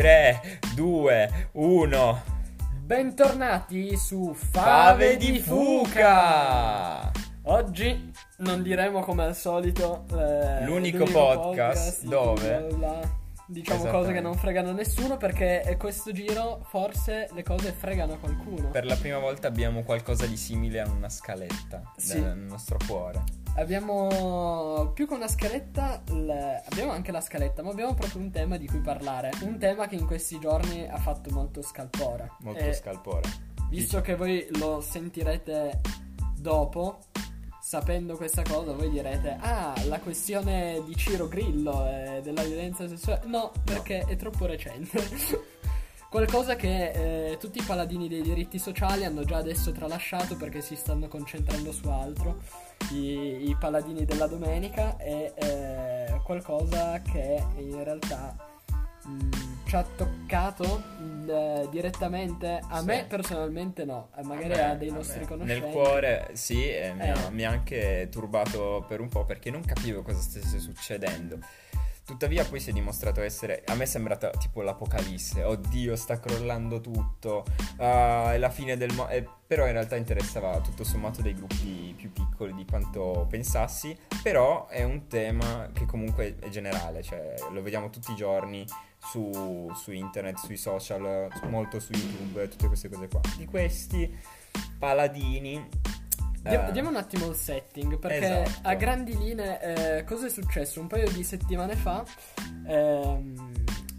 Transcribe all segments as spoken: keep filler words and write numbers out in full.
tre, due, uno. Bentornati su Fave, Fave di di Fuca. Fuca. Oggi non diremo come al solito eh, L'unico podcast in dove- cui, bla, bla, diciamo cose Esattamente. che non fregano nessuno, perché eh, questo giro forse le cose fregano a qualcuno. Per la prima volta abbiamo qualcosa di simile a una scaletta Sì. nel nostro cuore. Abbiamo più che una scaletta, l- abbiamo anche la scaletta, ma abbiamo proprio un tema di cui parlare. Un tema che in questi giorni ha fatto molto scalpore. Molto E scalpore. visto che voi lo sentirete dopo, sapendo questa cosa, voi direte: ah, la questione di Ciro Grillo e della violenza sessuale. No, perché è troppo recente. Qualcosa che eh, tutti i paladini dei diritti sociali hanno già adesso tralasciato, perché si stanno concentrando su altro. I, i paladini della domenica è eh, qualcosa che in realtà mh, ci ha toccato mh, direttamente. A Sì. me personalmente no, eh, magari A me- a dei a nostri me. conoscenti. Nel cuore sì, e mi, Eh. ha, mi ha anche turbato per un po' perché non capivo cosa stesse succedendo. Tuttavia poi si è dimostrato essere, a me è sembrata tipo l'apocalisse. Oddio, sta crollando tutto, ah, è la fine del mondo. Però in realtà interessava tutto sommato dei gruppi più piccoli di quanto pensassi. Però è un tema che comunque è generale, cioè lo vediamo tutti i giorni su, su internet, sui social, molto su YouTube, tutte queste cose qua. Di questi paladini. Dia- eh, Diamo un attimo il setting, perché Esatto. a grandi linee eh, cosa è successo? Un paio di settimane fa ehm,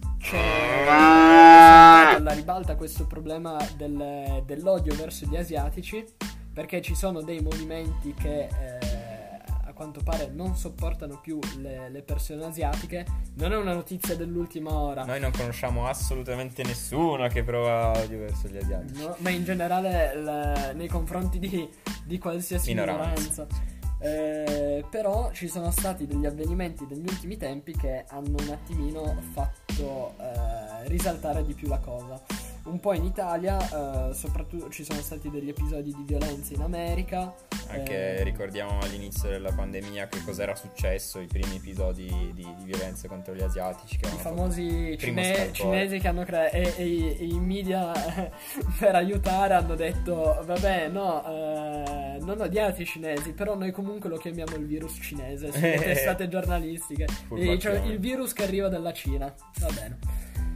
c'è saltato alla ribalta questo problema del- dell'odio verso gli asiatici, perché ci sono dei movimenti che eh, a quanto pare non sopportano più le, le persone asiatiche. Non è una notizia dell'ultima ora. Noi non conosciamo assolutamente nessuno che prova odio verso gli asiatici. No, ma in generale l- nei confronti di, di qualsiasi Minoranza. minoranza. Eh, però ci sono stati degli avvenimenti degli ultimi tempi che hanno un attimino fatto eh, risaltare di più la cosa. Un po' in Italia, eh, soprattutto ci sono stati degli episodi di violenza in America. Anche eh, ricordiamo all'inizio della pandemia che cos'era successo, i primi episodi di, di violenza contro gli asiatici che I avevano famosi fatto primo cine- scalpore. cinesi che hanno creato e, e i- e i media per aiutare hanno detto: vabbè, no, eh, non odiate i cinesi, però noi comunque lo chiamiamo il virus cinese sulle testate giornalistiche. E, cioè, Furbacchione. il virus che arriva dalla Cina, va bene.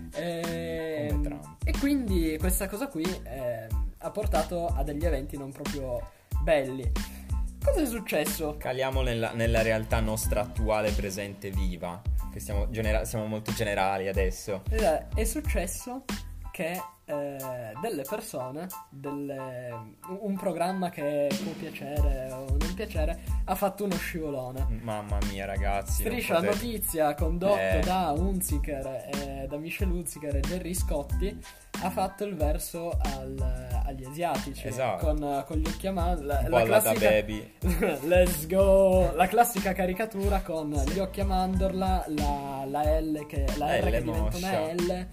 E, Come Trump. e quindi questa cosa qui eh, ha portato a degli eventi non proprio belli. Cosa è successo? Caliamo nella, nella realtà nostra attuale, presente, viva. Che siamo, genera- siamo molto generali adesso. Eh, È successo che eh, delle persone, delle- un programma che può piacere o non piacere, ha fatto uno scivolone. Mamma mia, ragazzi. non Striscia la potete- notizia, condotto Eh. da Hunziker, e da Michel Hunziker e Gerry Scotti, ha fatto il verso al- agli asiatici. Esatto. Con, con gli occhi a mano. La, Un po' la alla da classica, baby. let's go! La classica caricatura con gli occhi a mandorla, la, la L che la La R L che diventa moscia. una L,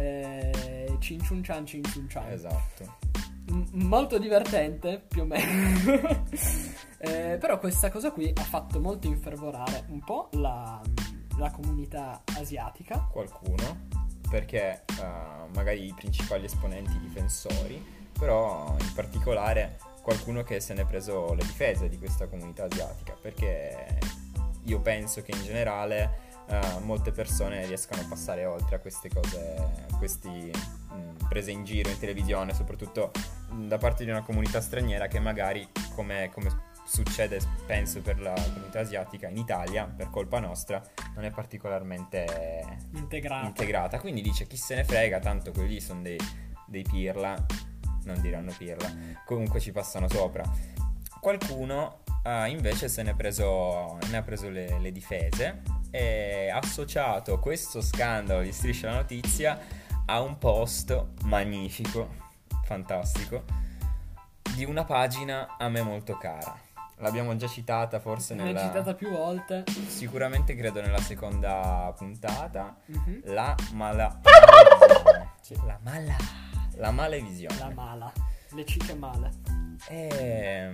eh, cin ciun cian cin ciun cian. Esatto. M- molto divertente, più o meno. Eh, però questa cosa qui ha fatto molto infervorare un po' la, la comunità asiatica. Qualcuno, perché eh, magari i principali esponenti difensori, però in particolare qualcuno che se n'è preso le difese di questa comunità asiatica, perché io penso che in generale eh, molte persone riescano a passare oltre a queste cose, questi mh, prese in giro in televisione, soprattutto mh, da parte di una comunità straniera che magari, come, come succede penso per la comunità asiatica in Italia, per colpa nostra, non è particolarmente Integrata. integrata. Quindi dice: chi se ne frega, tanto quelli sono dei, dei pirla, non diranno pirla, comunque ci passano sopra. Qualcuno eh, invece se ne, è preso, ne ha preso le, le difese e ha associato questo scandalo di Striscia la Notizia a un post magnifico, fantastico, di una pagina a me molto cara. L'abbiamo già citata forse Ne nella... ho citata più volte. Sicuramente credo nella seconda puntata. Mhm. La mala malevisione. Sì. La mala La malevisione. La mala. Le ciche male. E...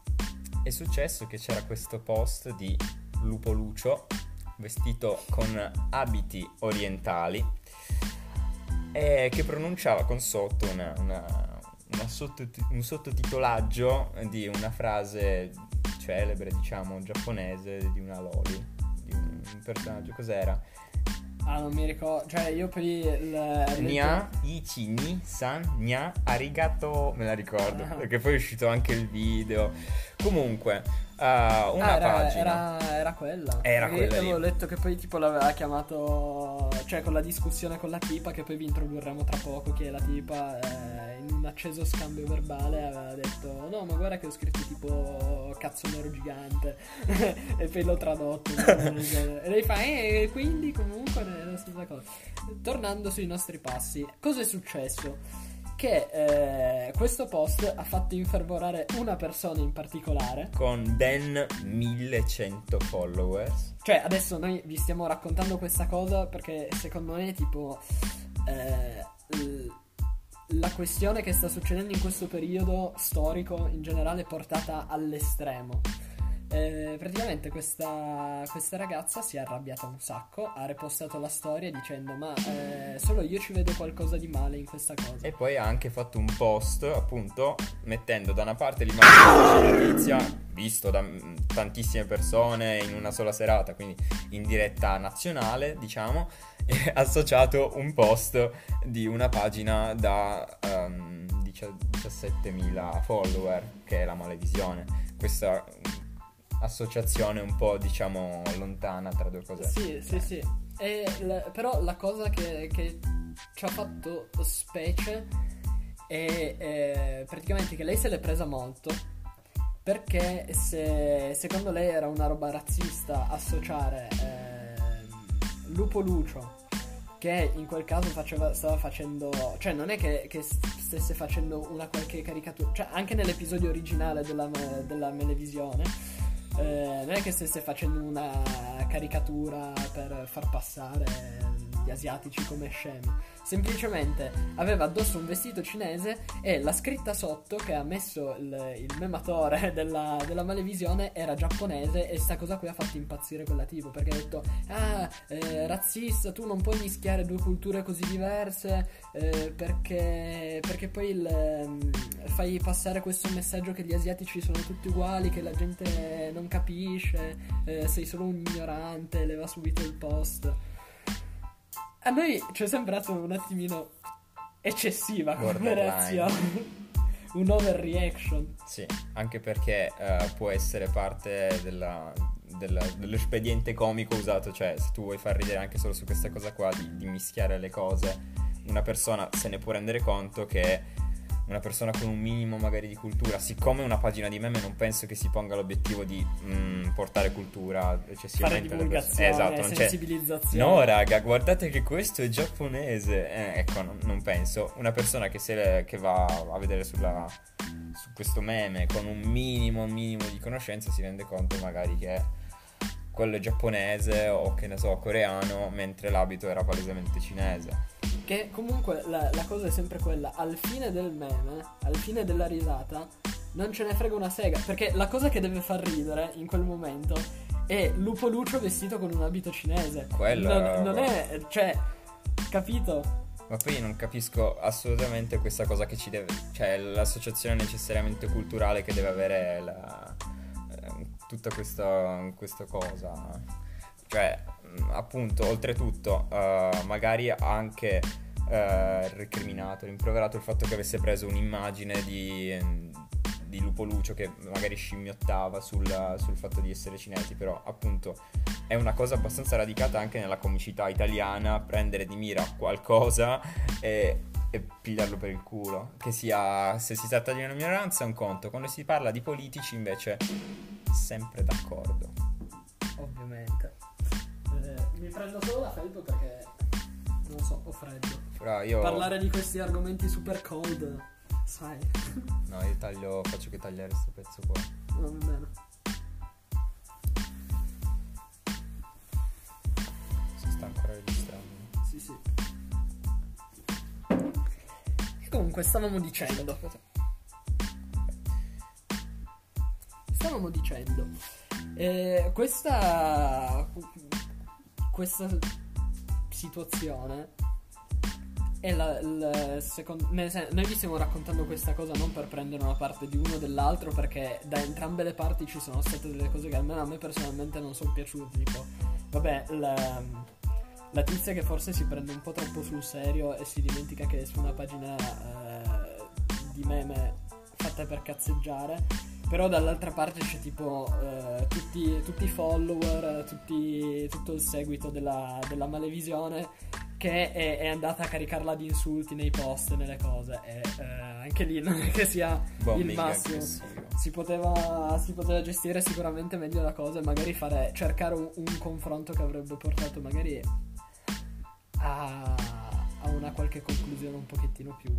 È successo che c'era questo post di Lupo Lucio vestito con abiti orientali e che pronunciava con sotto una, una, una sottoti- un sottotitolaggio di una frase celebre, diciamo, giapponese, di una loli, di un, un personaggio. Cos'era? Ah, non mi ricordo. Cioè, io poi il, Nya, ichi, ni, san, nya, arigato. Me la ricordo, Ah. perché poi è uscito anche il video. Comunque, uh, una Ah, era, pagina. era, era quella. Era Perché quella io lì. avevo letto che poi tipo l'aveva chiamato, cioè con la discussione con la tipa, che poi vi introdurremo tra poco, che è la tipa, eh, in un acceso scambio verbale aveva detto no, ma guarda che ho scritto tipo cazzo nero gigante e poi l'ho tradotto e lei fa eh, quindi comunque è la stessa cosa. Tornando sui nostri passi, cosa è successo? Che eh, questo post ha fatto infervorare una persona in particolare. Con ben millecento followers. Cioè, adesso noi vi stiamo raccontando questa cosa perché secondo me, tipo, eh, l- la questione che sta succedendo in questo periodo storico in generale è portata all'estremo. Eh, praticamente questa, questa ragazza si è arrabbiata un sacco, ha repostato la storia dicendo ma eh, solo io ci vedo qualcosa di male in questa cosa. E poi ha anche fatto un post, appunto, mettendo da una parte l'immagine di notizia, visto da mm, tantissime persone in una sola serata, quindi in diretta nazionale, diciamo, e associato un post di una pagina da um, diciassettemila follower, che è la Malevisione. Questa associazione un po', diciamo, lontana tra due cose. Sì, sì, sì. E l- però la cosa che, che ci ha fatto specie è, è praticamente che lei se l'è presa molto, perché se secondo lei era una roba razzista associare ehm, Lupo Lucio, che in quel caso faceva, stava facendo, cioè non è che, che stesse facendo una qualche caricatura, cioè anche nell'episodio originale della, della Melevisione eh, non è che stesse facendo una caricatura per far passare gli asiatici come scemi, semplicemente aveva addosso un vestito cinese e la scritta sotto che ha messo il, il mematore della, della Malevisione era giapponese, e sta cosa qui ha fatto impazzire quella tipo, perché ha detto ah eh, razzista, tu non puoi mischiare due culture così diverse eh, perché, perché poi il, fai passare questo messaggio che gli asiatici sono tutti uguali, che la gente non capisce, eh, sei solo un ignorante, leva subito il post. A noi ci è sembrato un attimino eccessiva come Borderline. reazione. Un overreaction. Sì, anche perché eh, può essere parte della, della- dell'espediente comico usato, cioè se tu vuoi far ridere anche solo su questa cosa qua di, di mischiare le cose, una persona se ne può rendere conto che una persona con un minimo magari di cultura, siccome una pagina di meme non penso che si ponga l'obiettivo di mm, portare cultura eccessivamente Fare alle persone. divulgazione, Esatto, non c'è. sensibilizzazione. No raga, guardate che questo è giapponese. Eh, ecco, non, non penso. Una persona che, se, che va a vedere sulla, su questo meme con un minimo, un minimo di conoscenza si rende conto magari che quello è giapponese o che ne so, coreano, mentre l'abito era palesemente cinese. Che comunque la, la cosa è sempre quella, al fine del meme, al fine della risata, non ce ne frega una sega, perché la cosa che deve far ridere in quel momento è Lupo Lucio vestito con un abito cinese. Quello non, è- non è, cioè, capito? Ma poi non capisco assolutamente questa cosa che ci deve, cioè l'associazione necessariamente culturale che deve avere la, eh, tutta questa, questa cosa. Cioè, mh, appunto, oltretutto, eh, magari ha anche eh, recriminato, rimproverato il fatto che avesse preso un'immagine di, di Lupo Lucio che magari scimmiottava sul, sul fatto di essere cinesi, però appunto è una cosa abbastanza radicata anche nella comicità italiana, prendere di mira qualcosa e, e pigliarlo per il culo. Che sia, se si tratta di una minoranza è un conto, quando si parla di politici invece sempre d'accordo. Ovviamente. Eh, mi prendo solo la felpa perché, non so, ho freddo. Però io Parlare di questi argomenti super cold, sai, no, io taglio, faccio che tagliare questo pezzo qua. non va bene. Si sta ancora registrando. Sì, sì. E comunque stavamo dicendo. Stavamo dicendo. Eh, questa. Questa situazione E la, la, secondo, nel sen- noi vi stiamo raccontando questa cosa non per prendere una parte di uno o dell'altro, perché da entrambe le parti ci sono state delle cose che almeno a me personalmente non sono piaciute. Tipo, vabbè, la, la tizia che forse si prende un po' troppo sul serio e si dimentica che è su una pagina eh, di meme fatta per cazzeggiare. Però dall'altra parte c'è tipo eh, tutti, tutti i follower, tutti, tutto il seguito della, della Malevisione che è, è andata a caricarla di insulti nei post, nelle cose. E eh, anche lì non è che sia Bombing il massimo. aggressivo. Si poteva, si poteva gestire sicuramente meglio la cosa e magari fare, cercare un, un confronto che avrebbe portato magari a, a una qualche conclusione un pochettino più,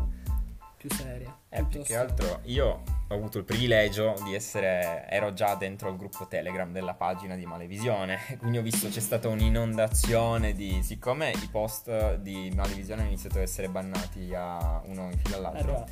più seria. Eh, più che altro io ho avuto il privilegio di essere, ero già dentro il gruppo Telegram della pagina di Malevisione, quindi ho visto c'è stata un'inondazione di, siccome i post di Malevisione hanno iniziato ad essere bannati a uno in fila all'altro,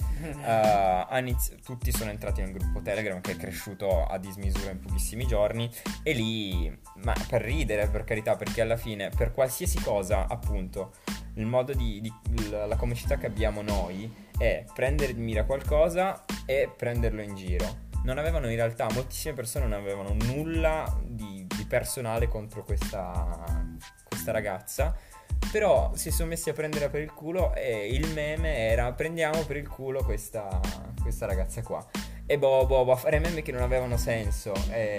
uh, inizi- tutti sono entrati nel gruppo Telegram che è cresciuto a dismisura in pochissimi giorni, e lì, ma per ridere, per carità, perché alla fine per qualsiasi cosa, appunto, il modo di, di la, la comicità che abbiamo noi è prendere di mira qualcosa e prenderlo in giro. Non avevano in realtà, moltissime persone non avevano nulla di, di personale contro questa, questa ragazza, però si sono messi a prendere per il culo, e il meme era prendiamo per il culo questa, questa ragazza qua, e boh boh boh a fare meme che non avevano senso,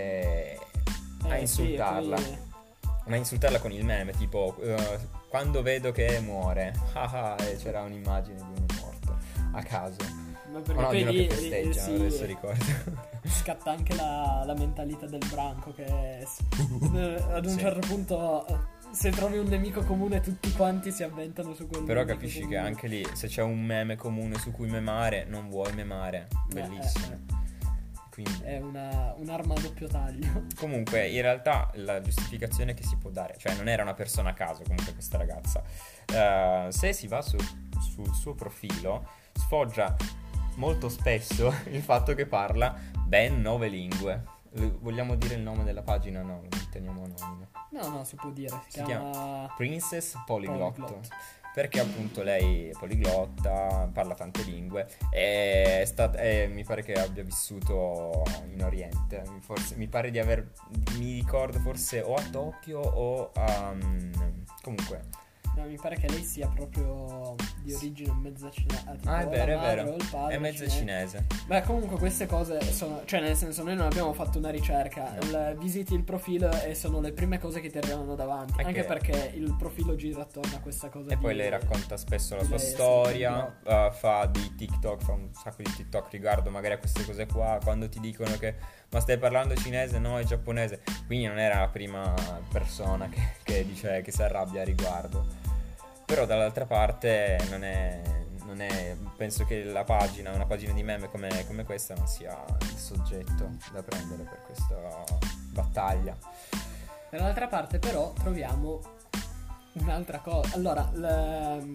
e a Eh, insultarla sì, poi- ma insultarla con il meme tipo uh, quando vedo che muore ah, ah, e c'era un'immagine di uno morto a caso, Ma o perché no, poi di uno lì, che lì, festeggia, sì, adesso ricordo. scatta anche la, la mentalità del branco che s- eh, ad un Sì. certo punto eh, se trovi un nemico comune tutti quanti si avventano su quel Però nemico capisci comune. che anche lì se c'è un meme comune su cui memare, non vuoi memare, bellissimo. eh, Quindi È una, un'arma a doppio taglio. comunque in realtà la giustificazione che si può dare, cioè non era una persona a caso comunque questa ragazza. Uh, se si va su, sul suo profilo sfoggia molto spesso il fatto che parla ben nove lingue. L- vogliamo dire il nome della pagina? No, lo teniamo anonimo. No, no, si può dire. Si, Si chiama, Princess Polyglot. Polyglot. Perché appunto lei è poliglotta, parla tante lingue, e è stat- e mi pare che abbia vissuto in Oriente. Forse, mi pare di aver, mi ricordo forse o a Tokyo o a... um, comunque... No, mi pare che lei sia proprio di origine mezza cinese. Ah, è vero, è vero. È mezza cinese. Beh, comunque queste cose sono, cioè nel senso, noi non abbiamo fatto una ricerca. No. Il- visiti il profilo e sono le prime cose che ti arrivano davanti. È Anche che- perché il profilo gira attorno a questa cosa. E di- poi lei racconta spesso la sua lei è storia, sempre uh, fa di TikTok, fa un sacco di TikTok riguardo magari a queste cose qua, quando ti dicono che ma stai parlando cinese, no, è giapponese. Quindi non era la prima persona che, che dice che si arrabbia a riguardo. Però dall'altra parte non è, non è, penso che la pagina, una pagina di meme come, come questa non sia il soggetto da prendere per questa battaglia. Dall'altra parte però troviamo un'altra cosa. Allora, l-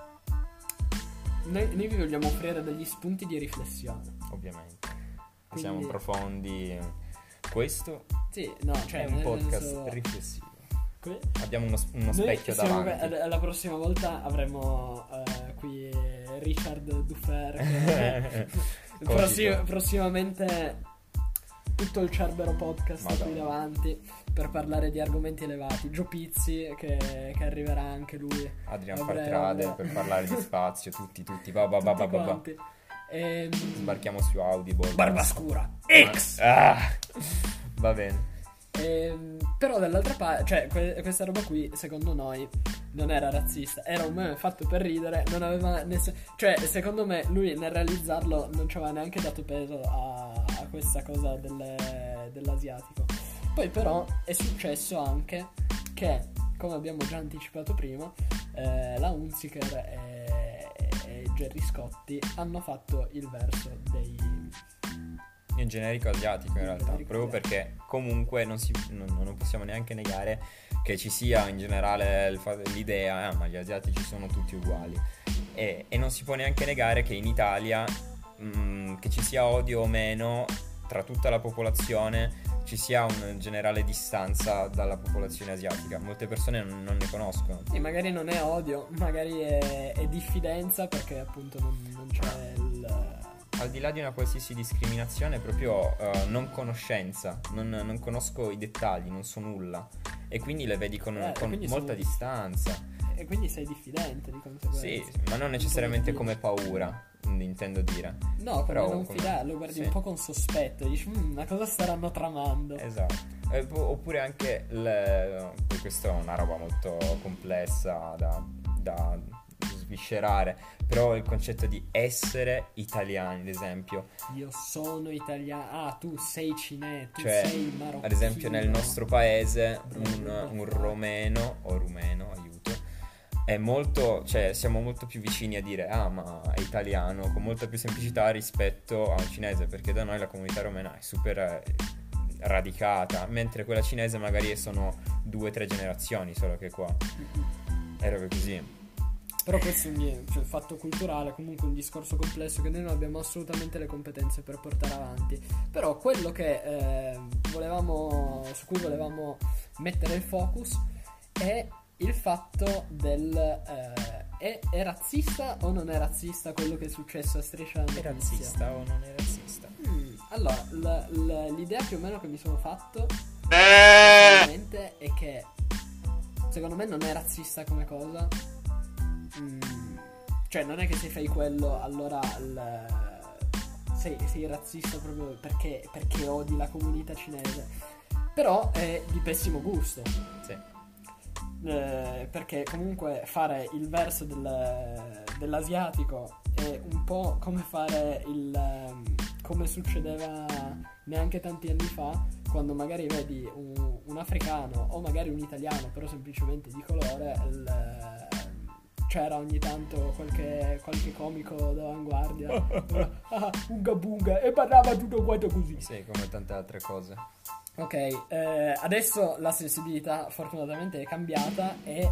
noi, noi vi vogliamo offrire degli spunti di riflessione. Ovviamente. Quindi- Siamo profondi. Questo Sì, no, cioè è un nel podcast senso- riflessivo. que- Abbiamo uno, uno Noi specchio siamo- davanti. eh, la prossima volta avremo eh, qui Richard Duffer che Cogito. prossim- prossimamente tutto il Cerbero podcast Madonna. qui davanti per parlare di argomenti elevati. Gio Pizzi che, che arriverà anche lui. Adrian a breve, Fartrade a breve. per parlare di spazio, tutti, tutti. Va, va, va, va, Tutti va, va. quanti. Ehm, Sbarchiamo su Audible. Barbascura X. Ah, va bene. Ehm, però dall'altra parte, cioè que- questa roba qui secondo noi non era razzista, era un meme fatto per ridere, non aveva ness- cioè secondo me lui nel realizzarlo non ci aveva neanche dato peso a, a questa cosa del- dell'asiatico. Poi però è successo anche che, come abbiamo già anticipato prima, eh, la Hunziker e, e Gerry Scotti hanno fatto il verso dei Il generico asiatico in Il realtà, generico proprio asiatico. perché comunque non, si, non, non possiamo neanche negare che ci sia in generale il fa- l'idea, eh, ma gli asiatici sono tutti uguali, e, e non si può neanche negare che in Italia mh, che ci sia odio o meno tra tutta la popolazione ci sia un generale distanza dalla popolazione asiatica. Molte persone non, non ne conoscono. E magari non è odio, magari è, è diffidenza, perché appunto non, non c'è il... Al di là di una qualsiasi discriminazione, proprio uh, non conoscenza, non, non conosco i dettagli, non so nulla, e quindi le vedi con, Eh, con quindi molta sono- distanza. E quindi sei diffidente di conseguenza. Sì, ma non necessariamente Un po' come paura, intendo dire. No, come Però non come- fidarlo, guardi sì. un po' con sospetto e dici, "Mm, ma cosa staranno tramando?" Esatto. Eh, po- oppure anche, le, poi questa è una roba molto complessa da, da sviscerare, però il concetto di essere italiani, ad esempio. Io sono italiano, ah, tu sei cinese, tu Cioè, sei marocchino. ad esempio nel nostro paese un, Bravo. un romeno o rumeno, aiuto, è molto, cioè siamo molto più vicini a dire ah ma è italiano con molta più semplicità rispetto a un cinese, perché da noi la comunità romena è super eh, radicata, mentre quella cinese magari sono due o tre generazioni, solo che qua è proprio così. Però questo è un, cioè, il fatto culturale, comunque un discorso complesso che noi non abbiamo assolutamente le competenze per portare avanti. Però quello che eh, volevamo, su cui volevamo mettere il focus è il fatto del eh, è, è razzista o non è razzista quello che è successo a Striscia la È Notizia? razzista o non è razzista? Mm, allora, l- l- l'idea più o meno che mi sono fatto personalmente è che secondo me non è razzista come cosa. Mm, cioè non è che se fai quello allora il- sei, sei razzista proprio perché, perché odi la comunità cinese. Però è di pessimo gusto. Sì. Eh, perché comunque fare il verso del- dell'asiatico è un po' come fare il ehm, come succedeva neanche tanti anni fa, quando magari vedi un, un africano o magari un italiano però semplicemente di colore, il- c'era ogni tanto qualche, qualche comico d'avanguardia ah, unga bunga, e parlava tutto quanto così. Sì, come tante altre cose. Ok, eh, adesso la sensibilità fortunatamente è cambiata e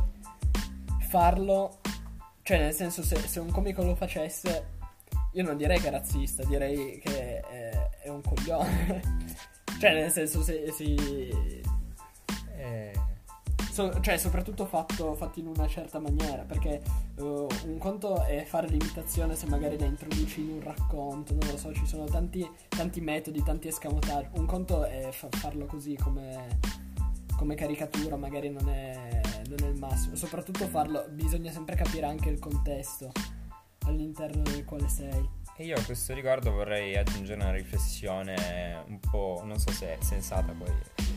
farlo, cioè nel senso se, se un comico lo facesse, io non direi che è razzista, direi che è, è un coglione. Cioè nel senso se si... Eh, So- cioè soprattutto fatto, fatto in una certa maniera, perché uh, un conto è fare l'imitazione se magari la introduci in un racconto, non lo so, ci sono tanti, tanti metodi, tanti escamotage. Un conto è fa- farlo così come, come caricatura, magari non è, non è il massimo. Soprattutto farlo, bisogna sempre capire anche il contesto all'interno del quale sei. E io a questo riguardo vorrei aggiungere una riflessione un po', non so se è sensata poi,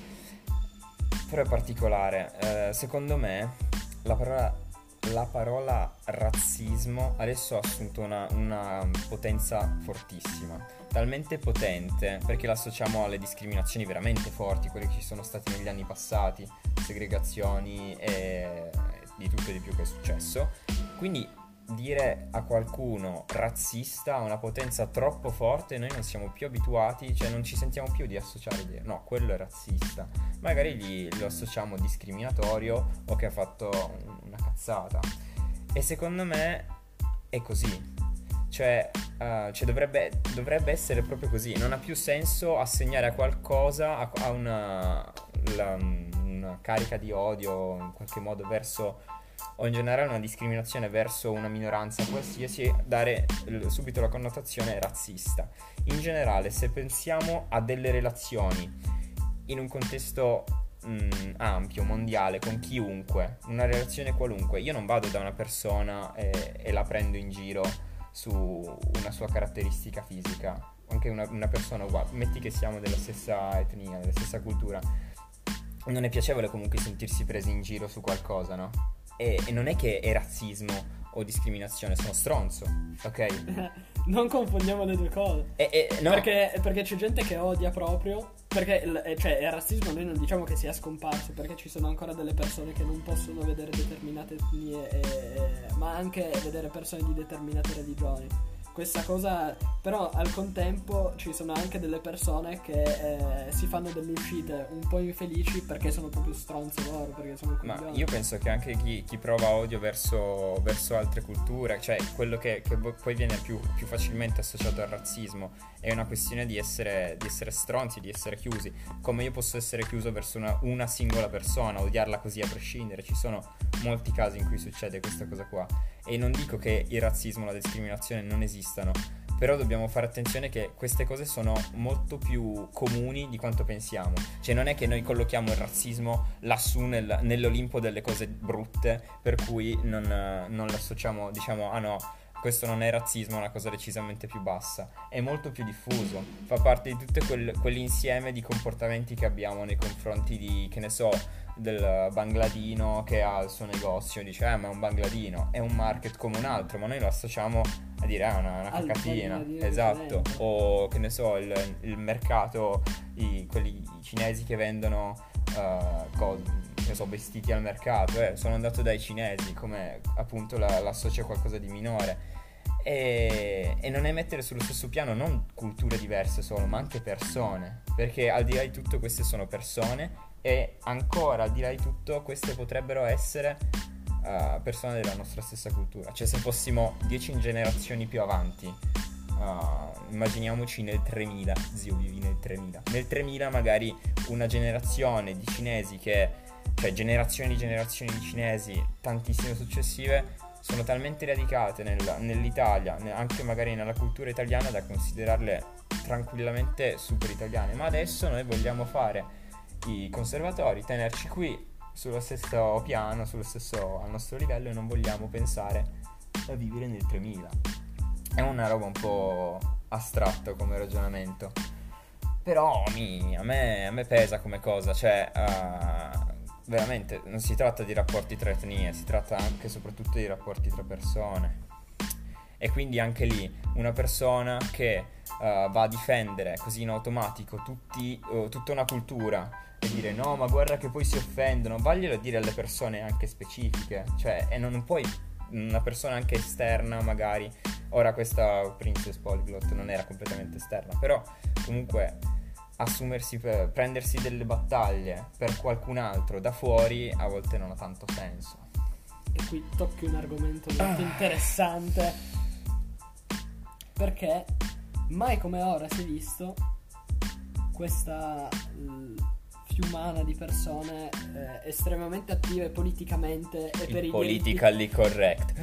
però è particolare. Eh, secondo me la parola, la parola razzismo adesso ha assunto una, una potenza fortissima, talmente potente perché la associamo alle discriminazioni veramente forti, quelle che ci sono state negli anni passati, segregazioni e di tutto e di più che è successo. Quindi dire a qualcuno razzista ha una potenza troppo forte e noi non siamo più abituati, cioè non ci sentiamo più di associare, di dire no, quello è razzista. Magari gli, lo associamo discriminatorio o che ha fatto un- una cazzata. E secondo me è così. Cioè, eh, cioè dovrebbe, dovrebbe essere proprio così. Non ha più senso assegnare a qualcosa a, a una, la- una carica di odio in qualche modo verso, o in generale una discriminazione verso una minoranza qualsiasi, dare l- subito la connotazione razzista. In generale, se pensiamo a delle relazioni in un contesto mh, ampio, mondiale, con chiunque, una relazione qualunque, io non vado da una persona e, e la prendo in giro su una sua caratteristica fisica, anche una, una persona uguale, metti che siamo della stessa etnia, della stessa cultura, non è piacevole comunque sentirsi presi in giro su qualcosa, no? E, e non è che è razzismo o discriminazione, sono stronzo, ok? Non confondiamo le due cose. E, e, no. Perché, perché c'è gente che odia proprio. Perché il, eh, cioè, il razzismo noi non diciamo che sia scomparso, perché ci sono ancora delle persone che non possono vedere determinate etnie, e- e- ma anche vedere persone di determinate religioni. questa cosa, però al contempo ci sono anche delle persone che eh, si fanno delle uscite un po' infelici perché sono proprio stronze loro, perché sono Ma coglioni. io penso che anche chi, chi prova odio verso, verso altre culture, cioè quello che, che poi viene più, più facilmente associato al razzismo, è una questione di essere, di essere stronzi, di essere chiusi. Come io posso essere chiuso verso una, una singola persona, odiarla così a prescindere. Ci sono molti casi in cui succede questa cosa qua. E non dico che il razzismo e la discriminazione non esistano, però dobbiamo fare attenzione che queste cose sono molto più comuni di quanto pensiamo. Cioè non è che noi collochiamo il razzismo lassù nel, nell'Olimpo delle cose brutte, per cui non, non l'associamo, diciamo, ah no, questo non è razzismo, è una cosa decisamente più bassa. È molto più diffuso, fa parte di tutto quel, quell'insieme di comportamenti che abbiamo nei confronti di, che ne so, del bangladino che ha il suo negozio, dice eh ma è un bangladino, è un market come un altro, ma noi lo associamo a dire ah, una, una cacatina, esatto, o che ne so il, il mercato, i, quelli cinesi che vendono uh, co- che so, vestiti al mercato, eh, sono andato dai cinesi, come appunto la, l'associo a qualcosa di minore. E, e non è mettere sullo stesso piano non culture diverse solo, ma anche persone, perché al di là di tutto queste sono persone, e ancora al di là di tutto queste potrebbero essere uh, persone della nostra stessa cultura. Cioè se fossimo dieci generazioni più avanti, uh, immaginiamoci nel tremila, zio vivi nel tremila, nel tremila magari una generazione di cinesi che, cioè generazioni di generazioni di cinesi, tantissime successive, sono talmente radicate nel, nell'Italia, anche magari nella cultura italiana, da considerarle tranquillamente super italiane. Ma adesso noi vogliamo fare i conservatori, tenerci qui sullo stesso piano, sullo stesso, al nostro livello, e non vogliamo pensare a vivere nel tremila. È una roba un po' astratta come ragionamento, però mi, a, me, a me pesa come cosa, cioè uh, veramente non si tratta di rapporti tra etnie, si tratta anche e soprattutto di rapporti tra persone. E quindi anche lì una persona che uh, va a difendere così in automatico tutti, uh, tutta una cultura e dire no ma guarda che poi si offendono, vaglielo a dire alle persone anche specifiche, cioè, e non puoi, una persona anche esterna magari, ora questa Princess Polyglot non era completamente esterna, però comunque assumersi, per, prendersi delle battaglie per qualcun altro da fuori a volte non ha tanto senso. E qui tocchi un argomento molto ah. interessante, perché mai come ora si è visto questa l- fiumana di persone eh, estremamente attive politicamente e il per i politically diritti... correct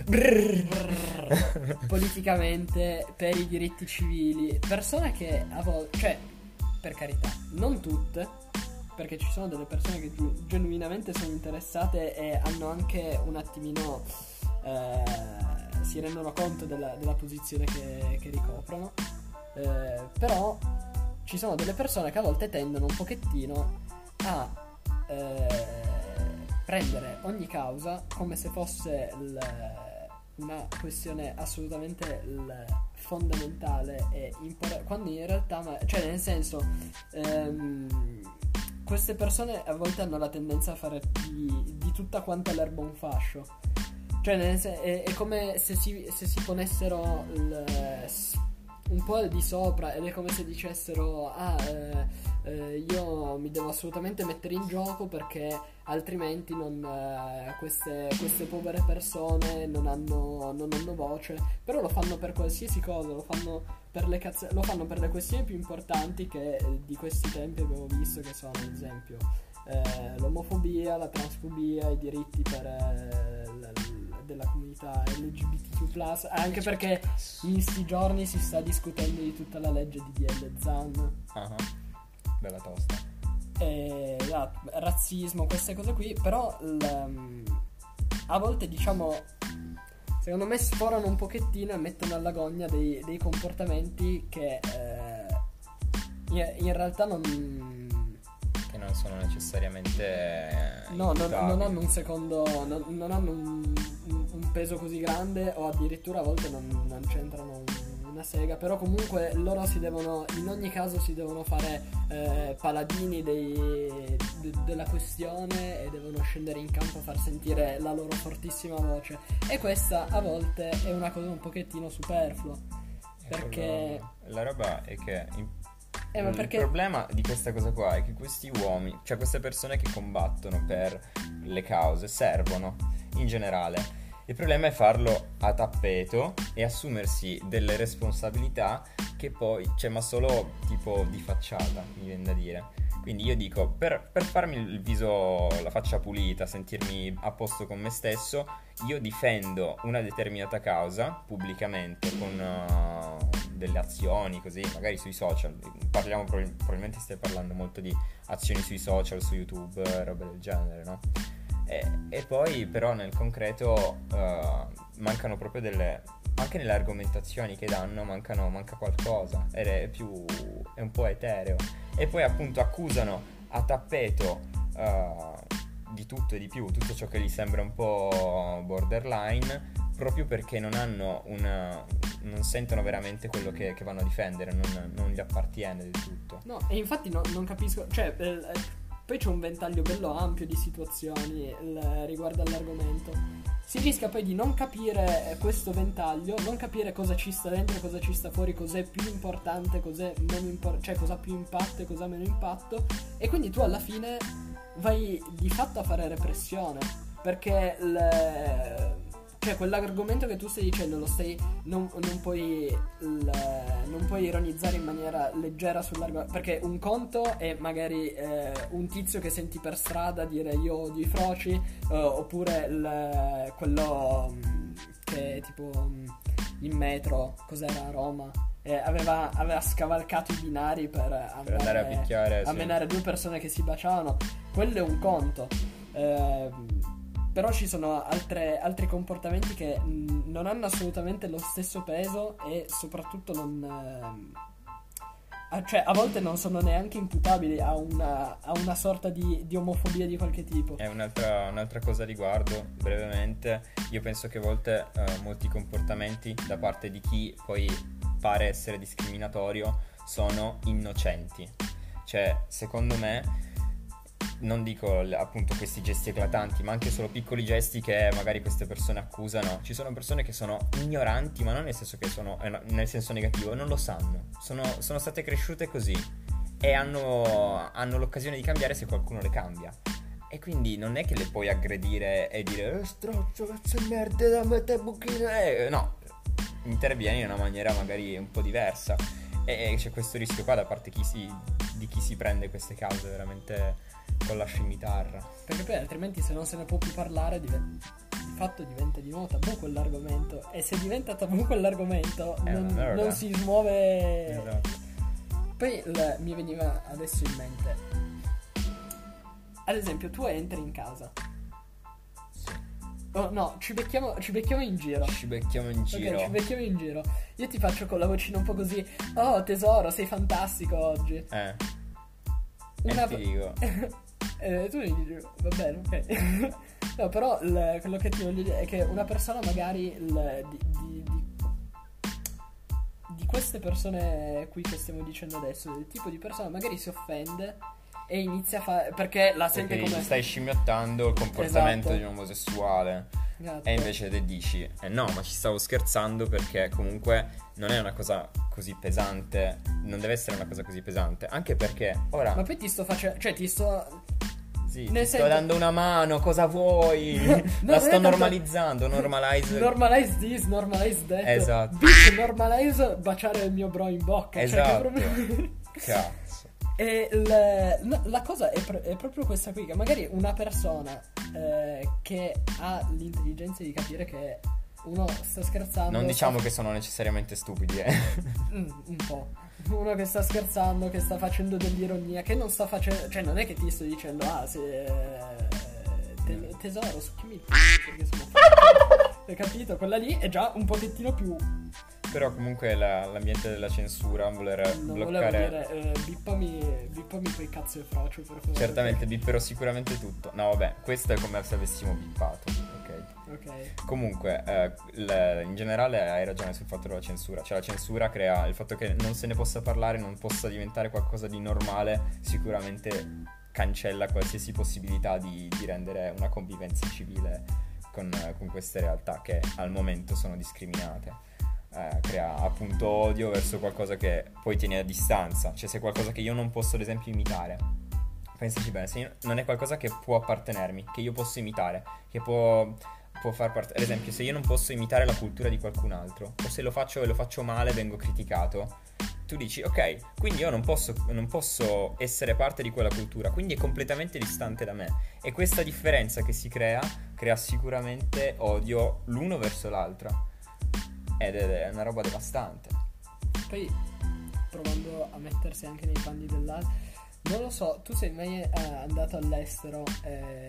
Brrr. politicamente per i diritti civili, persone che a volte, cioè per carità, non tutte, perché ci sono delle persone che giu- genuinamente sono interessate e hanno anche un attimino eh, si rendono conto della, della posizione che, che ricoprono, eh, però ci sono delle persone che a volte tendono un pochettino a eh, prendere ogni causa come se fosse l, una questione assolutamente l, fondamentale e importante, quando in realtà, ma, cioè nel senso ehm, queste persone a volte hanno la tendenza a fare di, di tutta quanta l'erba un fascio, cioè nel sen- è, è come se si, se si ponessero il, un po' di sopra, ed è come se dicessero ah eh, eh, io mi devo assolutamente mettere in gioco perché altrimenti non, eh, queste, queste povere persone non hanno, non hanno voce. Però lo fanno per qualsiasi cosa, lo fanno per le cazz- lo fanno per le questioni più importanti che eh, di questi tempi abbiamo visto, che sono ad esempio eh, l'omofobia, la transfobia, i diritti per eh, l- l- della comunità L G B T Q plus, anche perché in sti giorni si sta discutendo di tutta la legge di D L Zan. Uh-huh. Bella tosta. E, ah, razzismo, queste cose qui, però l- a volte diciamo secondo me sforano un pochettino e mettono alla gogna dei, dei comportamenti che eh, in, in realtà non che non sono necessariamente no, non, non hanno un secondo non, non hanno un, un, un peso così grande, o addirittura a volte non, non c'entrano un, una sega, però comunque loro si devono, in ogni caso si devono fare eh, paladini dei, de, della questione, e devono scendere in campo a far sentire la loro fortissima voce, e questa a volte è una cosa un pochettino superflua, Perché... La roba è che... In... Eh, ma perché... Il problema di questa cosa qua è che questi uomini, cioè queste persone che combattono per le cause, servono in generale. Il problema è farlo a tappeto e assumersi delle responsabilità che poi, cioè, ma solo tipo di facciata, mi viene da dire. Quindi io dico, per, per farmi il viso, la faccia pulita, sentirmi a posto con me stesso, io difendo una determinata causa pubblicamente con uh, delle azioni così, magari sui social. Parliamo, probabilmente stai parlando molto di azioni sui social, su YouTube, robe del genere, no? E, e poi però nel concreto uh, mancano proprio delle... anche nelle argomentazioni che danno mancano, manca qualcosa, ed è più... è un po' etereo. E poi appunto accusano a tappeto uh, di tutto e di più, tutto ciò che gli sembra un po' borderline, proprio perché non hanno una... non sentono veramente quello che, che vanno a difendere, non, non gli appartiene del tutto. No, e infatti no, non capisco, cioè... Eh, poi c'è un ventaglio bello ampio di situazioni il, riguardo all'argomento. Si rischia poi di non capire questo ventaglio, non capire cosa ci sta dentro e cosa ci sta fuori, cos'è più importante, cos'è meno importante, cioè cosa ha più impatto e cosa ha meno impatto. E quindi tu alla fine vai di fatto a fare repressione, perché le... cioè quell'argomento che tu stai dicendo lo stai non, non puoi il, non puoi ironizzare in maniera leggera sull'argomento, perché un conto è magari eh, un tizio che senti per strada dire io odio i froci, eh, oppure il, quello che tipo in metro, cos'era, a Roma, eh, aveva, aveva scavalcato i binari per andare, per andare a picchiare, a sì. menare due persone che si baciavano. Quello è un conto, eh, però ci sono altre, altri comportamenti che mh, non hanno assolutamente lo stesso peso e soprattutto non... Eh, cioè a volte non sono neanche imputabili a una, a una sorta di, di omofobia di qualche tipo. È un'altra, un'altra cosa a riguardo, brevemente. Io penso che a volte eh, molti comportamenti da parte di chi poi pare essere discriminatorio sono innocenti. Cioè, secondo me... non dico appunto questi gesti eclatanti, ma anche solo piccoli gesti che magari queste persone accusano. Ci sono persone che sono ignoranti, ma non nel senso che sono eh, nel senso negativo, non lo sanno, sono, sono state cresciute così e hanno, hanno l'occasione di cambiare se qualcuno le cambia. E quindi non è che le puoi aggredire e dire eh, strozzo, cazzo di merda, da mettere buchina, eh. No, intervieni in una maniera magari un po' diversa. E, e c'è questo rischio qua da parte chi si, di chi si prende queste cause veramente con la scimitarra, perché poi altrimenti se non se ne può più parlare div- di fatto diventa di nuovo tabù quell'argomento, e se diventa tabù quell'argomento eh, non, non, non si smuove. Esatto. Poi l- mi veniva adesso in mente, ad esempio tu entri in casa, oh no, ci becchiamo, ci becchiamo in giro ci becchiamo in giro ok, ci becchiamo in giro, io ti faccio con la vocina un po' così, oh tesoro sei fantastico oggi, eh una... e ti dico Eh, tu mi dici, va bene, ok. No, però il, quello che ti voglio dire è che una persona magari il, di, di, di, di queste persone qui che stiamo dicendo adesso, del tipo di persona magari si offende e inizia a fare, perché la sente perché come stai scimmiottando il comportamento esatto. di un omosessuale. Esatto. E invece te dici eh no, ma ci stavo scherzando, perché comunque non è una cosa così pesante, non deve essere una cosa così pesante, anche perché ora ma poi ti sto facendo, cioè ti sto sì, nel ti senso... sto dando una mano, cosa vuoi? No, la sto tanto... normalizzando, normalize normalize this, normalize that. Esatto. Bitch, normalize baciare il mio bro in bocca. Esatto. Cioè, che proprio... Cazzo. E le, no, la cosa è, pr- è proprio questa qui, che magari una persona eh, che ha l'intelligenza di capire che uno sta scherzando. Non diciamo sta... che sono necessariamente stupidi, eh. Mm, un po'. Uno che sta scherzando, che sta facendo dell'ironia, che non sta facendo, cioè non è che ti sto dicendo ah se te- tesoro succhimi il p***o perché sono f***o. Hai capito? Quella lì è già un pochettino più. Però comunque la, l'ambiente della censura, voler non bloccare volevo dire eh, bippami, bippami quei cazzo e frocio per favore. certamente bipperò sicuramente tutto. No vabbè, questo è come se avessimo bippato. Ok. Ok. Comunque eh, l- in generale hai ragione sul fatto della censura. Cioè la censura crea il fatto che non se ne possa parlare, non possa diventare qualcosa di normale. Sicuramente cancella qualsiasi possibilità di, di rendere una convivenza civile con, con queste realtà che al momento sono discriminate. eh, crea appunto odio verso qualcosa che poi tieni a distanza. Cioè se è qualcosa che io non posso ad esempio imitare, pensaci bene, se io- non è qualcosa che può appartenermi, che io posso imitare, che può, può far parte. Ad esempio, se io non posso imitare la cultura di qualcun altro, o se lo faccio e lo faccio male, vengo criticato. Tu dici, ok, quindi io non posso, non posso essere parte di quella cultura, quindi è completamente distante da me. E questa differenza che si crea, crea sicuramente odio l'uno verso l'altro. Ed è una roba devastante. Poi, provando a mettersi anche nei panni dell'altro, non lo so, tu sei mai eh, andato all'estero e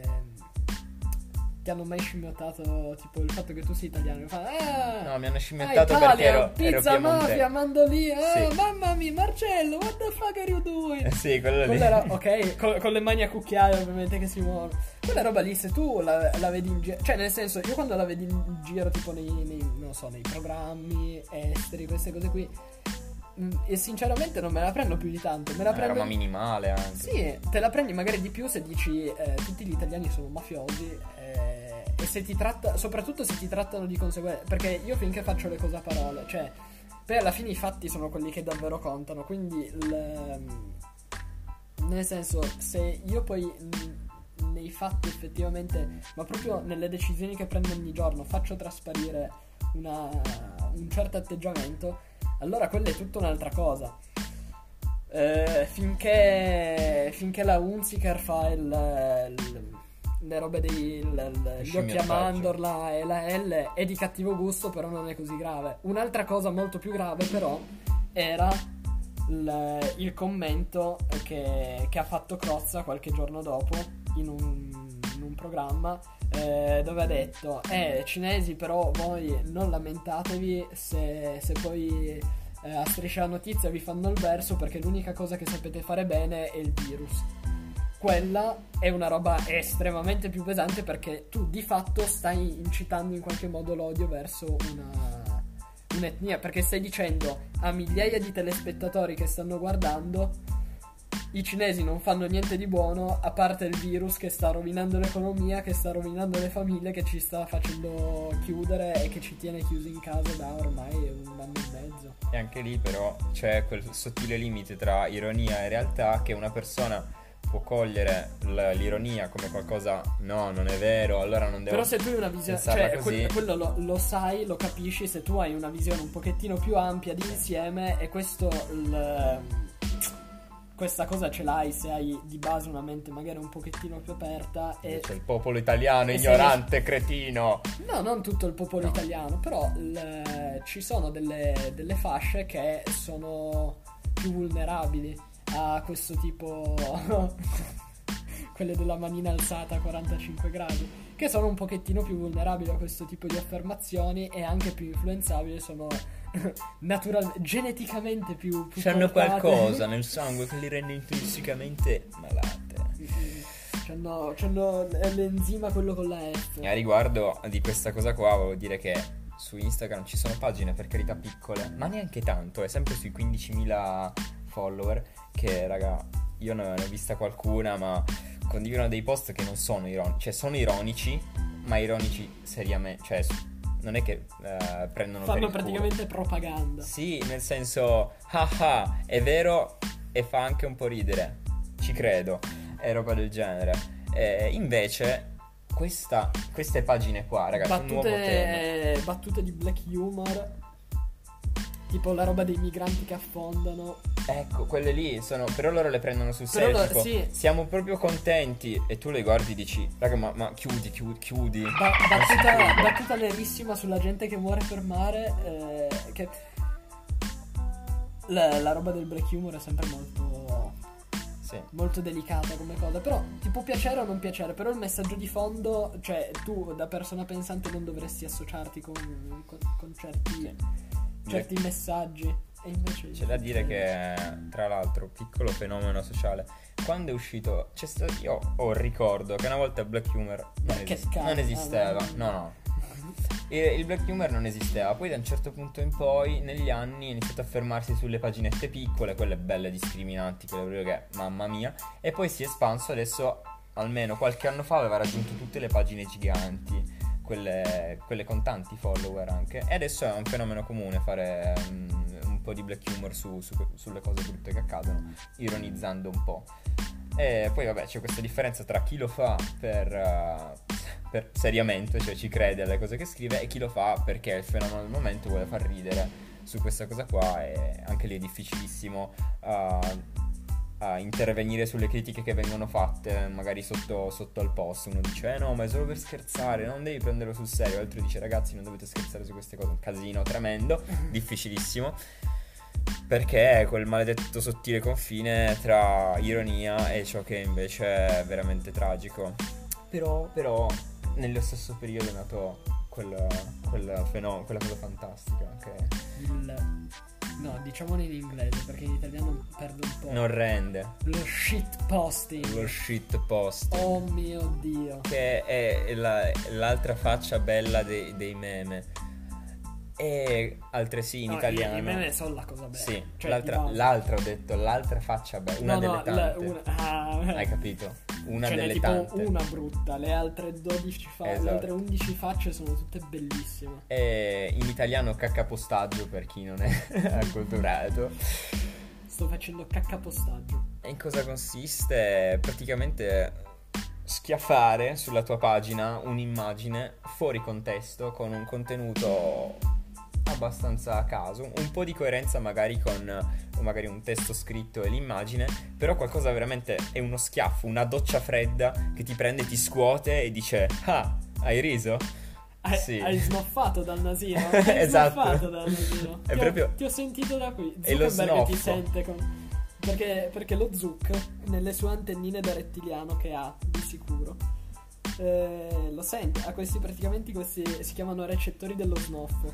ti hanno mai scimmiottato tipo il fatto che tu sei italiano? Che fa, ah, No, mi hanno ah, scimmiottato Italia, perché ero, ero pizza piemontese. mafia, mandolì, ah, Sì. mamma mia, Marcello, what the fuck are you doing? Eh sì, quello lì. Quello era, ok, con, con le mani a cucchiaio ovviamente che si muovono. Quella roba lì, se tu la, la vedi in giro, cioè nel senso, io quando la vedi in giro tipo nei, nei non so, nei programmi esteri, queste cose qui, mh, e sinceramente non me la prendo più di tanto, me la Una prendo... roba minimale anche. Sì, te la prendi magari di più se dici eh, tutti gli italiani sono mafiosi eh, e se ti tratta, soprattutto se ti trattano di conseguenza, perché io finché faccio le cose a parole, cioè poi alla fine i fatti sono quelli che davvero contano, quindi il, nel senso, se io poi mh, nei fatti effettivamente, ma proprio nelle decisioni che prendo ogni giorno faccio trasparire una, un certo atteggiamento, allora quella è tutta un'altra cosa. Eh, finché finché la Hunziker fa il, il- le robe dei il- il- gli occhi a scimmiottaggio. mandorla e la L è di cattivo gusto, però non è così grave. Un'altra cosa molto più grave però era il, il commento che, che ha fatto Crozza qualche giorno dopo in un, in un programma eh, dove ha detto eh cinesi, però voi non lamentatevi se, se poi eh, a Striscia la Notizia vi fanno il verso, perché l'unica cosa che sapete fare bene è il virus. Quella è una roba estremamente più pesante, perché tu di fatto stai incitando in qualche modo l'odio verso una, un'etnia, perché stai dicendo a migliaia di telespettatori che stanno guardando i cinesi non fanno niente di buono, a parte il virus che sta rovinando l'economia, che sta rovinando le famiglie, che ci sta facendo chiudere e che ci tiene chiusi in casa da ormai un anno e mezzo. E anche lì però c'è quel sottile limite tra ironia e realtà, che una persona può cogliere l- l'ironia come qualcosa, no, non è vero, allora non devo Però se tu hai una visione, pensarla cioè così. quel- quello lo, lo sai, lo capisci se tu hai una visione un pochettino più ampia di insieme, e questo il, questa cosa ce l'hai se hai di base una mente magari un pochettino più aperta e C'è il popolo italiano e ignorante, cretino. no, non tutto il popolo No. italiano, però il- ci sono delle, delle fasce che sono più vulnerabili a questo tipo, quelle della manina alzata a quarantacinque gradi, che sono un pochettino più vulnerabili a questo tipo di affermazioni e anche più influenzabili, sono naturalmente, geneticamente più, più C'hanno portate. qualcosa nel sangue che li rende intrinsecamente malate. C'hanno, c'hanno l'enzima, quello con la F. E a riguardo di questa cosa qua volevo dire che su Instagram ci sono pagine, per carità, piccole, ma neanche tanto, è sempre sui quindicimila follower, che raga, io ne ne ho vista qualcuna, ma condividono dei post che non sono ironici, cioè sono ironici, ma ironici seriamente, cioè s- non è che eh, prendono per Fanno il culo. praticamente propaganda. Sì, nel senso, ah ah, è vero, e fa anche un po' ridere, ci credo, e roba del genere. E invece questa, queste pagine qua, ragazzi, un nuovo tema. Battute, battute di black humor, tipo la roba dei migranti che affondano. Ecco, quelle lì sono, però loro le prendono sul Però serio, lo- tipo, sì. siamo proprio contenti, e tu le guardi e dici, raga, ma, ma chiudi, chiudi, chiudi. Ba- battuta, battuta nerissima sulla gente che muore per mare. eh, che la, la roba del black humor è sempre molto Sì. molto delicata come cosa, però ti può piacere o non piacere, però il messaggio di fondo, cioè tu da persona pensante non dovresti associarti con, con, con certi, Sì. certi messaggi, e invece C'è da dire che, tra l'altro, piccolo fenomeno sociale, quando è uscito, c'è stato, io ho il ricordo che una volta il black humor non, Che esist- cazzo, non esisteva, ah, no no, il, il black humor non esisteva, poi da un certo punto in poi, negli anni, è iniziato a fermarsi sulle paginette piccole, quelle belle discriminanti, quelle proprio che, mamma mia, e poi si è espanso, adesso, almeno qualche anno fa, aveva raggiunto tutte le pagine giganti, quelle, quelle con tanti follower anche, e adesso è un fenomeno comune fare um, un po' di black humor su, su, sulle cose brutte che accadono, ironizzando un po'. E poi vabbè, c'è questa differenza tra chi lo fa per, uh, per seriamente, cioè ci crede alle cose che scrive, e chi lo fa perché è il fenomeno del momento, vuole far ridere su questa cosa qua, e anche lì è difficilissimo uh, a intervenire sulle critiche che vengono fatte magari sotto, sotto al post. Uno dice eh no, ma è solo per scherzare, non devi prenderlo sul serio, l'altro dice ragazzi non dovete scherzare su queste cose. Un casino tremendo, difficilissimo, perché è quel maledetto sottile confine tra ironia e ciò che invece è veramente tragico. Però, però nello stesso periodo è nato quel, quel fenomeno, quella cosa fantastica che il... No, diciamolo in inglese perché in italiano perde un po'. non rende. Lo shit posting. Lo shit posting. Oh mio Dio. Che è la, l'altra faccia bella dei, dei meme. E altresì in no, italiano i, i meme sono la cosa bella. Sì, cioè, l'altra, tipo... l'altra ho detto, l'altra faccia bella. Una no, delle no, tante la, una, ah, hai capito? Una ce delle n'è tipo tante. una brutta. Le altre dodici facce, Esatto. le altre undici facce sono tutte bellissime. E in italiano caccapostaggio per chi non è acculturato. Sto facendo caccapostaggio. E in cosa consiste? Praticamente schiaffare sulla tua pagina un'immagine fuori contesto con un contenuto abbastanza a caso, un po' di coerenza magari con magari un testo scritto e l'immagine, però qualcosa veramente è uno schiaffo, una doccia fredda che ti prende, ti scuote e dice ah, hai riso? Hai, sì. hai snoffato dal nasino. Hai esatto. snoffato dal nasino. È ti, proprio... ho, ti ho sentito da qui. E lo Zuckerberg ti snoffo. sente con... Perché, perché lo Zuc, nelle sue antennine da rettiliano che ha, di sicuro, eh, lo sente. Ha questi praticamente questi si chiamano recettori dello snoffo.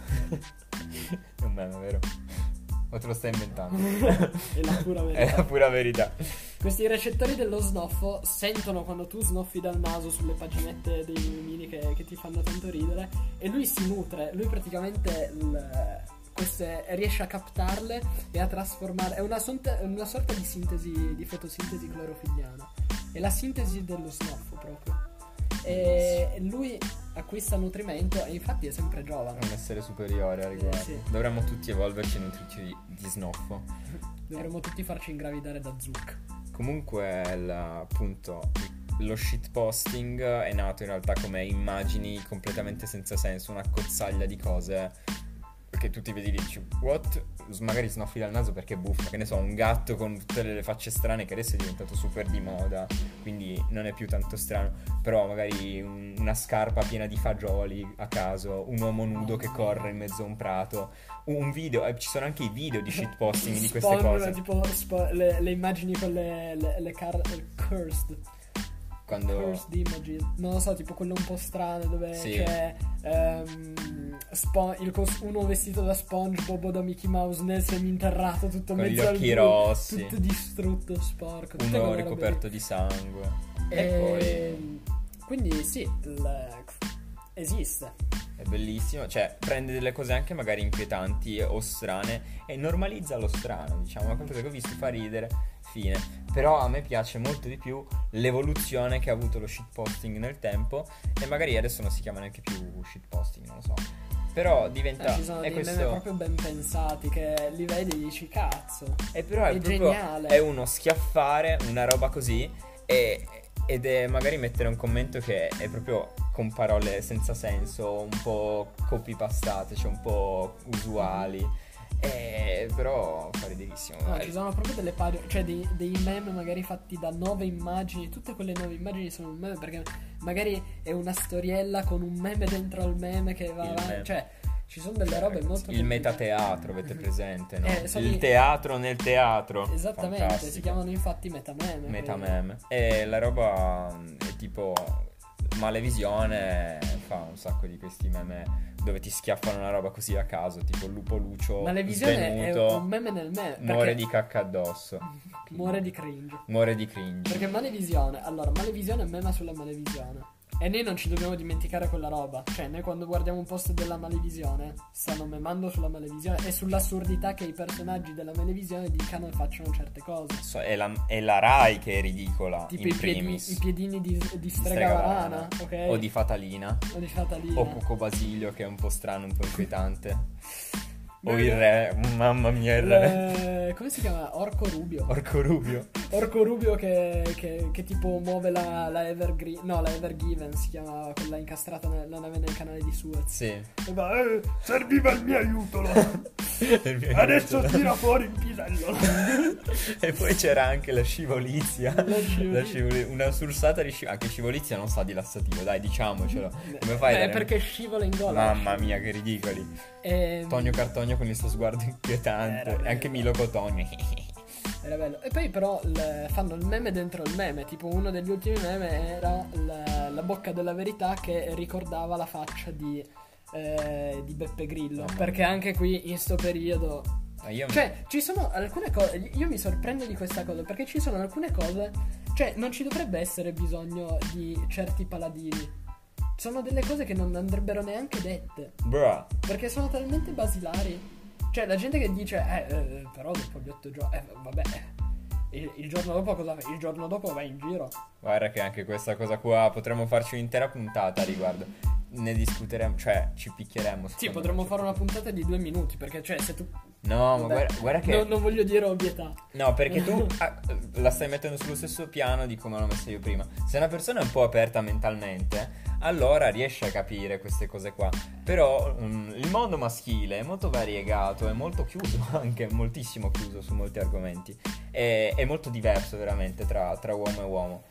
È un meme, vero? O te lo stai inventando? È la pura verità. È la pura verità. Questi recettori dello snoffo sentono quando tu snoffi dal naso sulle paginette dei memini che, che ti fanno tanto ridere, e lui si nutre, lui praticamente l, queste, riesce a captarle e a trasformare, è una, sonte, una sorta di sintesi, di fotosintesi clorofilliana, è la sintesi dello snoffo proprio, e lui acquista nutrimento e infatti è sempre giovane. È un essere superiore a riguardo. Eh, sì. Dovremmo tutti evolverci e nutrirci di, di snoffo. Dovremmo tutti farci ingravidare da Zuc. Comunque la, appunto lo shitposting è nato in realtà come immagini completamente senza senso, una cozzaglia di cose perché tu ti vedi e dici what? Magari snoffi dal naso perché è buffo, che ne so, un gatto con tutte le facce strane che adesso è diventato super di moda, quindi non è più tanto strano, però magari un, una scarpa piena di fagioli a caso, un uomo nudo che corre in mezzo a un prato, un video, eh, ci sono anche i video di shitposting di queste Spawn, cose, tipo spo- le, le immagini con le, le, le car- cursed quando cursed images, non lo so, tipo quelle un po' strane dove sì. c'è um, Spo- il cos- uno vestito da SpongeBob o da Mickey Mouse nel seminterrato, tutto con mezzo gli al occhi buio, rossi, tutto distrutto, sporco, tutte uno quelle ricoperto robe di sangue lì. e, e poi quindi sì, il, esiste. è bellissimo, cioè prende delle cose anche magari inquietanti o strane e normalizza lo strano, diciamo, una cosa che ho visto fa ridere, fine. Però a me piace molto di più l'evoluzione che ha avuto lo shitposting nel tempo, e magari adesso non si chiama neanche più shitposting, non lo so, però diventa Eh, ci sono è dei questo meme proprio ben pensati che li vedi e dici cazzo, e però è, è proprio geniale. è uno schiaffare una roba così e, ed è magari mettere un commento che è proprio con parole senza senso, un po' copy-pastate, cioè un po' usuali. Eh, però fa riderissimo. No, ci sono proprio delle pagine, cioè dei, dei meme magari fatti da nove immagini. Tutte quelle nove immagini sono un meme, perché magari è una storiella con un meme dentro al meme che va Il avanti. meme. Cioè ci sono delle robe molto il metateatro, avete presente, no? Eh, sono il i- teatro nel teatro. Esattamente, Fantastico. si chiamano infatti metameme. Metameme. E la roba mm, è tipo Malevisione fa un sacco di questi meme dove ti schiaffano una roba così a caso, tipo il lupo lucio Ma la visione svenuto, è un meme nel meme. muore perché di cacca addosso. muore di cringe. Muore di cringe. Perché Malevisione, allora Malevisione è meme sulla Malevisione. E noi non ci dobbiamo dimenticare quella roba. Cioè, noi quando guardiamo un post della Malevisione stanno memando sulla Malevisione e sull'assurdità che i personaggi della Malevisione dicano e facciano certe cose. So, è, la, è la Rai che è ridicola, Tipo in i, piedi, primis. i piedini di, di Di strega varana, ok? O di Fatalina. O di Fatalina. O Coco Basilio, che è un po' strano, un po' inquietante. O Beh, il re, mamma mia, il re. Le- Come si chiama? Orco Rubio. Orco Rubio. Orco Rubio che, che, che tipo muove la, la Evergreen. No, la Evergiven si chiama quella incastrata nella nave nel canale di Suez. Sì. E va, eh, serviva il mio aiuto. Il mio Adesso aiuto. tira fuori il pisello. E poi c'era anche la scivolizia. La scivolizia. La scivoli- una sursata di scivolizia. Anche scivolizia non sa di lassativo, dai, diciamocelo. Come fai? a Beh, dare- perché scivola in gola. Mamma mia, che ridicoli. E, Tonio Cartogno con il suo sguardo inquietante. Era E anche bello. Milo Cotogno. Era bello. E poi però il- fanno il meme dentro il meme. Tipo uno degli ultimi meme era la, la bocca della verità che ricordava la faccia di, eh, di Beppe Grillo. Mamma Perché mia. anche qui in sto periodo... Ma io Cioè, ci sono alcune cose. Io mi sorprendo di questa cosa. Perché ci sono alcune cose. Cioè, non ci dovrebbe essere bisogno di certi paladini. Sono delle cose che non andrebbero neanche dette. Bruh. Perché sono talmente basilari. Cioè, la gente che dice, eh, eh però dopo gli otto giorni, eh, vabbè, eh, il, il giorno dopo cosa fai? Il giorno dopo vai in giro. Guarda che anche questa cosa qua potremmo farci un'intera puntata a riguardo. Ne discuteremo, cioè ci picchieremo. Sì, secondo potremmo me. fare una puntata di due minuti, perché, cioè, se tu... No, ma Vabbè, guarda, guarda che... no, non voglio dire ovvietà. No, perché tu ah, la stai mettendo sullo stesso piano di come l'ho messa io prima. Se una persona è un po' aperta mentalmente, allora riesce a capire queste cose qua. Però mm, il mondo maschile è molto variegato, è molto chiuso, anche moltissimo chiuso su molti argomenti. È, è molto diverso veramente tra, tra uomo e uomo.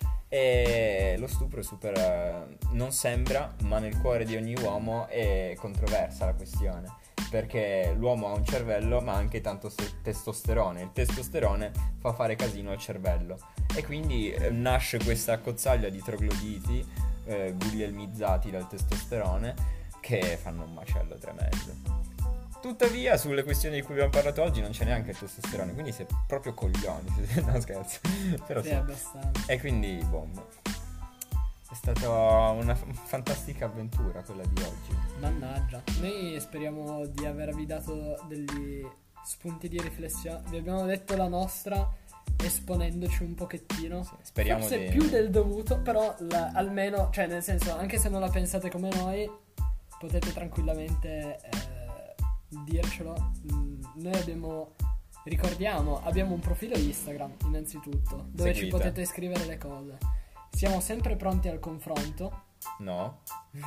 E lo stupro è super... eh, non sembra, ma nel cuore di ogni uomo è controversa la questione. Perché l'uomo ha un cervello ma anche tanto se- testosterone. Il testosterone fa fare casino al cervello. E quindi eh, nasce questa accozzaglia di trogloditi eh, guglielmizzati dal testosterone che fanno un macello tremendo. Tuttavia sulle questioni di cui abbiamo parlato oggi non c'è neanche il testosterone, quindi sei proprio coglioni. No, scherzo. Però Sì, sì. abbastanza. E quindi bomba. È stata una f- fantastica avventura quella di oggi. Mannaggia. Noi speriamo di avervi dato degli spunti di riflessione. Vi abbiamo detto la nostra esponendoci un pochettino. Sì, speriamo Forse di... più del dovuto, però la- almeno, cioè nel senso, anche se non la pensate come noi, potete tranquillamente eh, dircelo. Mm, noi abbiamo, ricordiamo, abbiamo un profilo Instagram innanzitutto, dove ci Seguite. potete scrivere le cose. Siamo sempre pronti al confronto. No?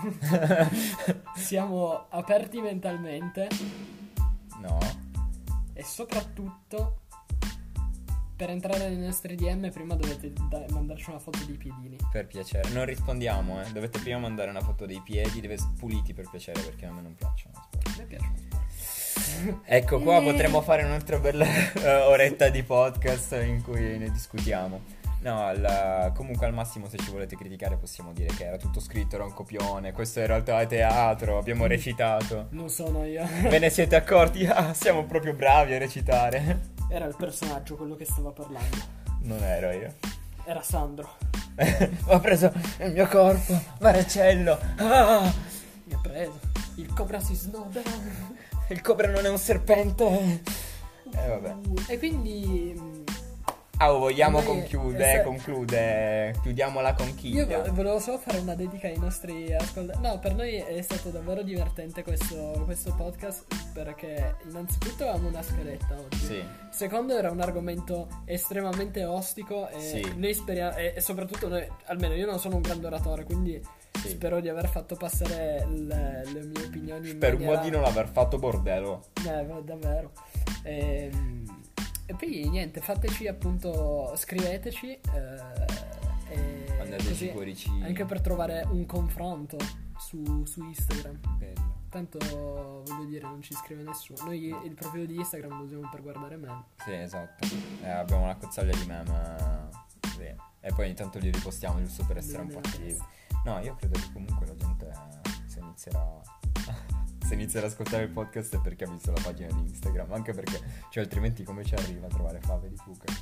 Siamo aperti mentalmente No? e soprattutto per entrare nei nostri D M prima dovete da- mandarci una foto dei piedini. Per piacere. Non rispondiamo, eh. Dovete prima mandare una foto dei piedi, deve puliti per piacere, perché a me non piacciono. A me piace un po'. Ecco, qua Eh. potremmo fare un'altra bella eh, oretta di podcast in cui ne discutiamo. No, al- comunque al massimo se ci volete criticare possiamo dire che era tutto scritto, era un copione, questo in realtà è teatro, abbiamo recitato. Non sono io. Ve ne siete accorti? Ah, siamo proprio bravi a recitare. Era il personaggio quello che stava parlando. Non ero io. Era Sandro. Ho preso il mio corpo, Marcello. Ah, Mi ha preso. Il cobra si snoda. il cobra non è un serpente. Eh vabbè. E quindi mh, Ah, vogliamo Noi- conclude, eh, se- conclude. Chiudiamo la io conchiglia. vo- volevo solo fare una dedica ai nostri ascoltatori. No, per noi è stato davvero divertente questo, questo podcast, perché innanzitutto avevamo una scaletta oggi. Sì. Secondo, era un argomento estremamente ostico e Sì. noi speriamo, e, e soprattutto noi, almeno io non sono un grande oratore, quindi Sì. spero di aver fatto passare le, le mie opinioni in Per un maniera... po' di non aver fatto bordello. Eh, va- davvero. Ehm, E, poi niente, fateci appunto, scriveteci eh, e Mandateci così, cuoricini. anche per trovare un confronto su, su Instagram. Bello. Tanto voglio dire, non ci scrive nessuno. Noi il profilo di Instagram lo usiamo per guardare meme. Sì, esatto. Eh, abbiamo una cozzaglia di meme. Sì. E poi ogni tanto li ripostiamo giusto per essere un po' attivi. No, io credo che comunque la gente eh, se inizierà se inizierà ad ascoltare il podcast è perché ha visto la pagina di Instagram. Anche perché, cioè, altrimenti come ci arriva a trovare fave di fuoco?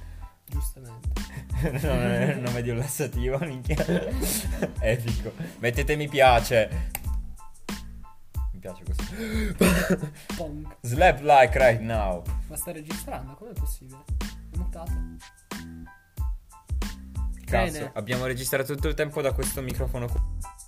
Giustamente. Non è il nome di un lassativo, minchia. Epico. Mettete mi piace. Mi piace così. Pong. Slap like right now. Ma sta registrando, com'è possibile? È mutato. Cazzo, Bene. abbiamo registrato tutto il tempo da questo microfono qua.